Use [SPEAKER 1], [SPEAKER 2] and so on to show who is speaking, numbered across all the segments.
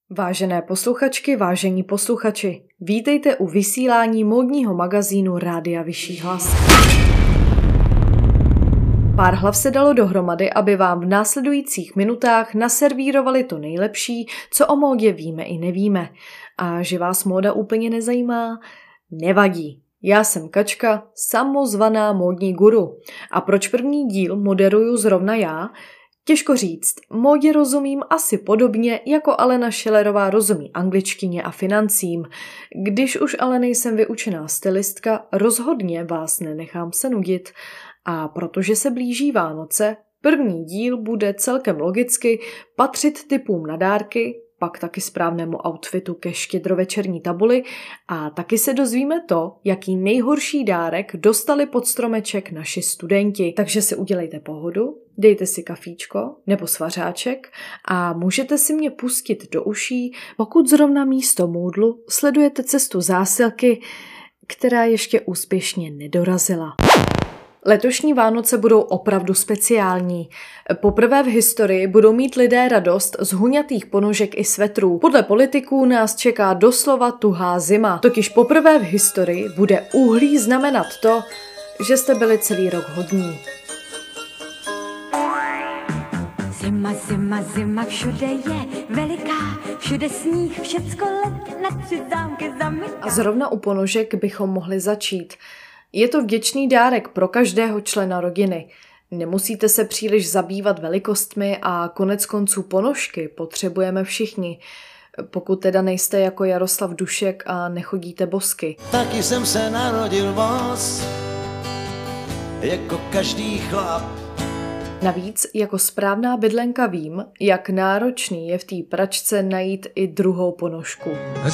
[SPEAKER 1] Vážené posluchačky, vážení posluchači, vítejte u vysílání módního magazínu Rádia Vyšší hlas. Pár hlav se dalo dohromady, aby vám v následujících minutách naservírovali to nejlepší, co o módě víme i nevíme. A že vás móda úplně nezajímá? Nevadí. Já jsem Kačka, samozvaná módní guru. A proč první díl moderuju zrovna já? Těžko říct, módě rozumím asi podobně, jako Alena Schillerová rozumí angličtině a financím. Když už ale nejsem vyučená stylistka, rozhodně vás nenechám se nudit. A protože se blíží Vánoce, první díl bude celkem logicky patřit typům na dárky, pak taky správnému outfitu ke štědrovečerní tabuli a taky se dozvíme to, jaký nejhorší dárek dostali pod stromeček naši studenti. Takže si udělejte pohodu, dejte si kafíčko nebo svařáček a můžete si mě pustit do uší, pokud zrovna místo moodlu sledujete cestu zásilky, která ještě úspěšně nedorazila. Letošní Vánoce budou opravdu speciální. Poprvé v historii budou mít lidé radost z huňatých ponožek i svetrů. Podle politiků nás čeká doslova tuhá zima. Totiž poprvé v historii bude uhlí znamenat to, že jste byli celý rok hodní.
[SPEAKER 2] Zima, zima, zima, všude je veliká, všude sníh, všecko let na 3 zámky zamyká.
[SPEAKER 1] A zrovna u ponožek bychom mohli začít. Je to vděčný dárek pro každého člena rodiny. Nemusíte se příliš zabývat velikostmi a konec konců ponožky potřebujeme všichni. Pokud teda nejste jako Jaroslav Dušek a nechodíte bosky.
[SPEAKER 3] Taky jsem se narodil bos, jako každý chlap.
[SPEAKER 1] Navíc jako správná bydlenka vím, jak náročný je v té pračce najít i druhou ponožku.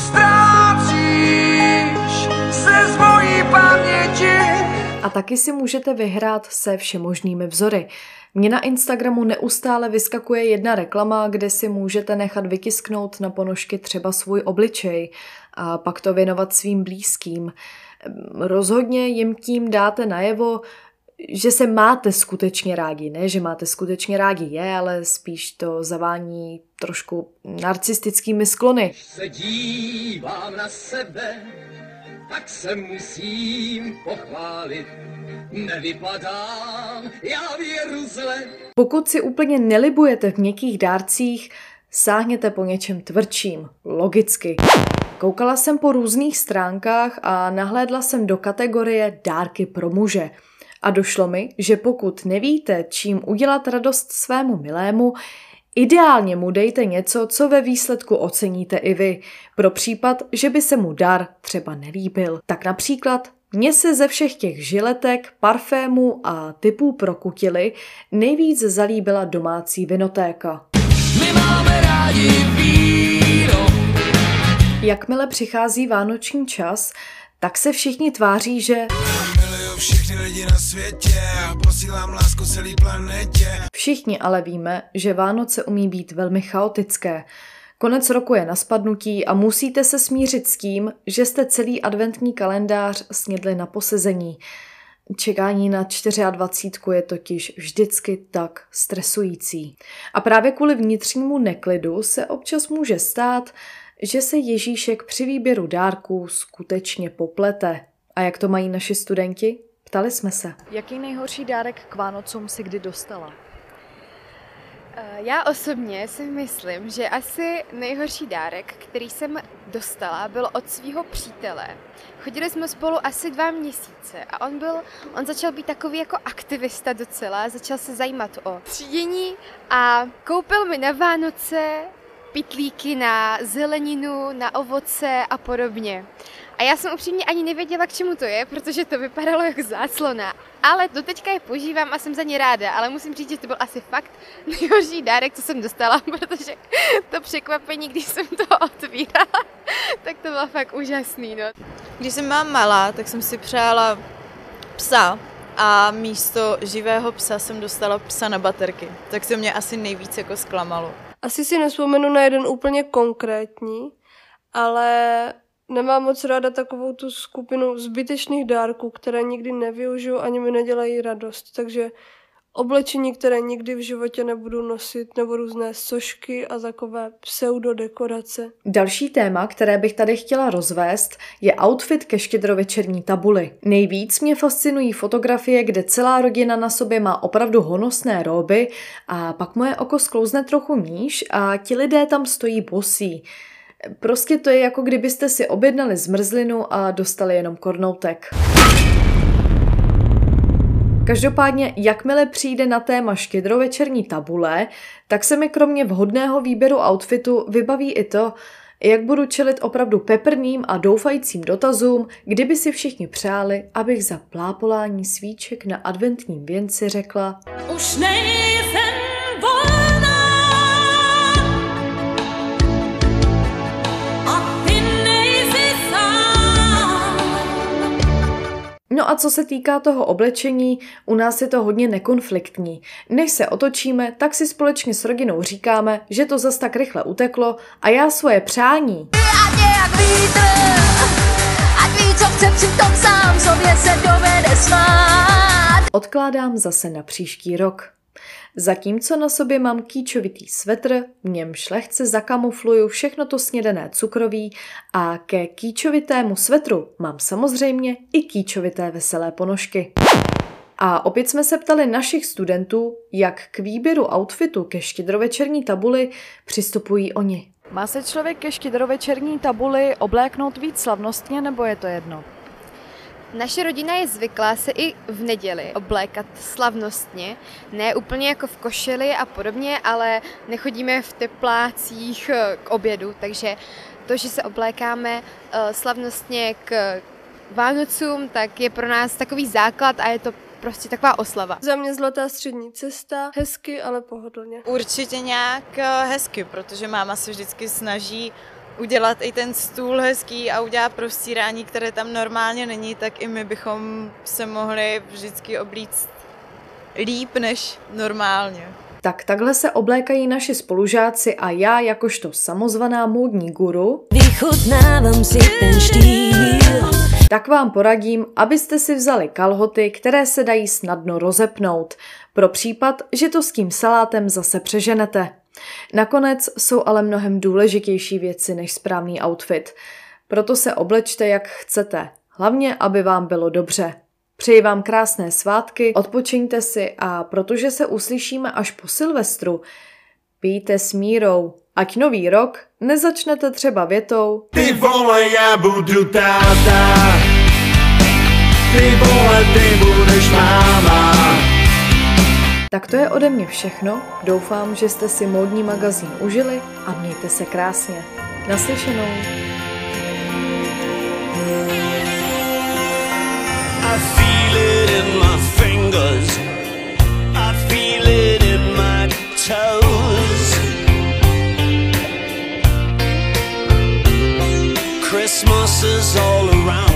[SPEAKER 3] Ztrácíš se z mojí paměti.
[SPEAKER 1] A taky si můžete vyhrát se všemožnými vzory. Mně na Instagramu neustále vyskakuje jedna reklama, kde si můžete nechat vytisknout na ponožky třeba svůj obličej a pak to věnovat svým blízkým. Rozhodně jim tím dáte najevo, že se máte skutečně rádi. Ne, že máte skutečně rádi je, ale spíš to zavání trošku narcistickými sklony.
[SPEAKER 4] Když se dívám na sebe, tak se musím pochválit. Nevypadám, já věru zle.
[SPEAKER 1] Pokud si úplně nelibujete v měkkých dárcích, sáhněte po něčem tvrdším, logicky. Koukala jsem po různých stránkách a nahlédla jsem do kategorie dárky pro muže. A došlo mi, že pokud nevíte, čím udělat radost svému milému, ideálně mu dejte něco, co ve výsledku oceníte i vy, pro případ, že by se mu dar třeba nelíbil. Tak například mně se ze všech těch žiletek, parfémů a typů pro kutily nejvíc zalíbila domácí vinotéka.
[SPEAKER 3] My máme rádi víno.
[SPEAKER 1] Jakmile přichází vánoční čas, tak se všichni tváří, že
[SPEAKER 3] Miluju všechny lidi na světě a posílám lásku celý planetě.
[SPEAKER 1] Všichni ale víme, že Vánoce umí být velmi chaotické. Konec roku je na spadnutí a musíte se smířit s tím, že jste celý adventní kalendář snědli na posezení. Čekání na 24 je totiž vždycky tak stresující. A právě kvůli vnitřnímu neklidu se občas může stát, že se Ježíšek při výběru dárků skutečně poplete. A jak to mají naši studenti? Ptali jsme se. Jaký nejhorší dárek k Vánocům si kdy dostala?
[SPEAKER 5] Já osobně si myslím, že asi nejhorší dárek, který jsem dostala, byl od svého přítele. Chodili jsme spolu asi 2 měsíce a on začal být takový jako aktivista docela, začal se zajímat o třídění a koupil mi na Vánoce pytlíky na zeleninu, na ovoce a podobně. A já jsem upřímně ani nevěděla, k čemu to je, protože to vypadalo jako záclona. Ale doteďka je používám a jsem za ně ráda, ale musím říct, že to byl asi fakt nejhorší dárek, co jsem dostala, protože to překvapení, když jsem to otvírala, tak to bylo fakt úžasný. No.
[SPEAKER 6] Když jsem byla malá, tak jsem si přála psa a místo živého psa jsem dostala psa na baterky. Tak se mě asi nejvíc jako zklamalo.
[SPEAKER 7] Asi si nevzpomenu na jeden úplně konkrétní, ale nemám moc ráda takovou tu skupinu zbytečných dárků, které nikdy nevyužiju ani mi nedělají radost. Takže oblečení, které nikdy v životě nebudu nosit, nebo různé sošky a takové pseudodekorace.
[SPEAKER 1] Další téma, které bych tady chtěla rozvést, je outfit ke štědrovečerní tabuli. Nejvíc mě fascinují fotografie, kde celá rodina na sobě má opravdu honosné róby a pak moje oko sklouzne trochu níž a ti lidé tam stojí bosí. Prostě to je jako kdybyste si objednali zmrzlinu a dostali jenom kornoutek. Každopádně, jakmile přijde na téma štědrovečerní tabule, tak se mi kromě vhodného výběru outfitu vybaví i to, jak budu čelit opravdu peprným a doufajícím dotazům, kdyby si všichni přáli, abych za plápolání svíček na adventním věnci řekla:
[SPEAKER 2] Už nejsem volná a ty nejsi sám.
[SPEAKER 1] No a co se týká toho oblečení, u nás je to hodně nekonfliktní. Než se otočíme, tak si společně s rodinou říkáme, že to zas tak rychle uteklo a já svoje přání odkládám zase na příští rok. Zatímco na sobě mám kýčovitý svetr, v němž lehce zakamufluju všechno to snědené cukroví a ke kýčovitému svetru mám samozřejmě i kýčovité veselé ponožky. A opět jsme se ptali našich studentů, jak k výběru outfitu ke štědrovečerní tabuli přistupují oni.
[SPEAKER 8] Má se člověk ke štědrovečerní tabuli obléknout víc slavnostně, nebo je to jedno?
[SPEAKER 5] Naše rodina je zvyklá se i v neděli oblékat slavnostně, ne úplně jako v košili a podobně, ale nechodíme v teplácích k obědu, takže to, že se oblékáme slavnostně k Vánocům, tak je pro nás takový základ a je to prostě taková oslava.
[SPEAKER 7] Za mě zlatá střední cesta, hezky, ale pohodlně.
[SPEAKER 6] Určitě nějak hezky, protože máma se vždycky snaží udělat i ten stůl hezký a udělat prostírání, které tam normálně není, tak i my bychom se mohli vždycky oblíct líp než normálně.
[SPEAKER 1] Tak takhle se oblékají naši spolužáci a já jakožto samozvaná módní guru
[SPEAKER 2] Vychutnávám si ten štýl.
[SPEAKER 1] tak vám poradím, abyste si vzali kalhoty, které se dají snadno rozepnout, pro případ, že to s tím salátem zase přeženete. Nakonec jsou ale mnohem důležitější věci než správný outfit. Proto se oblečte jak chcete, hlavně aby vám bylo dobře. Přeji vám krásné svátky, odpočiňte si a protože se uslyšíme až po Silvestru, pijte s mírou, ať nový rok nezačnete třeba větou:
[SPEAKER 3] Ty vole, já budu táta, ty vole, ty budeš máma.
[SPEAKER 1] Tak to je ode mě všechno, doufám, že jste si módní magazín užili a mějte se krásně. Naslyšenou.
[SPEAKER 3] I feel it in my fingers, I feel it in my toes. Christmas is all around.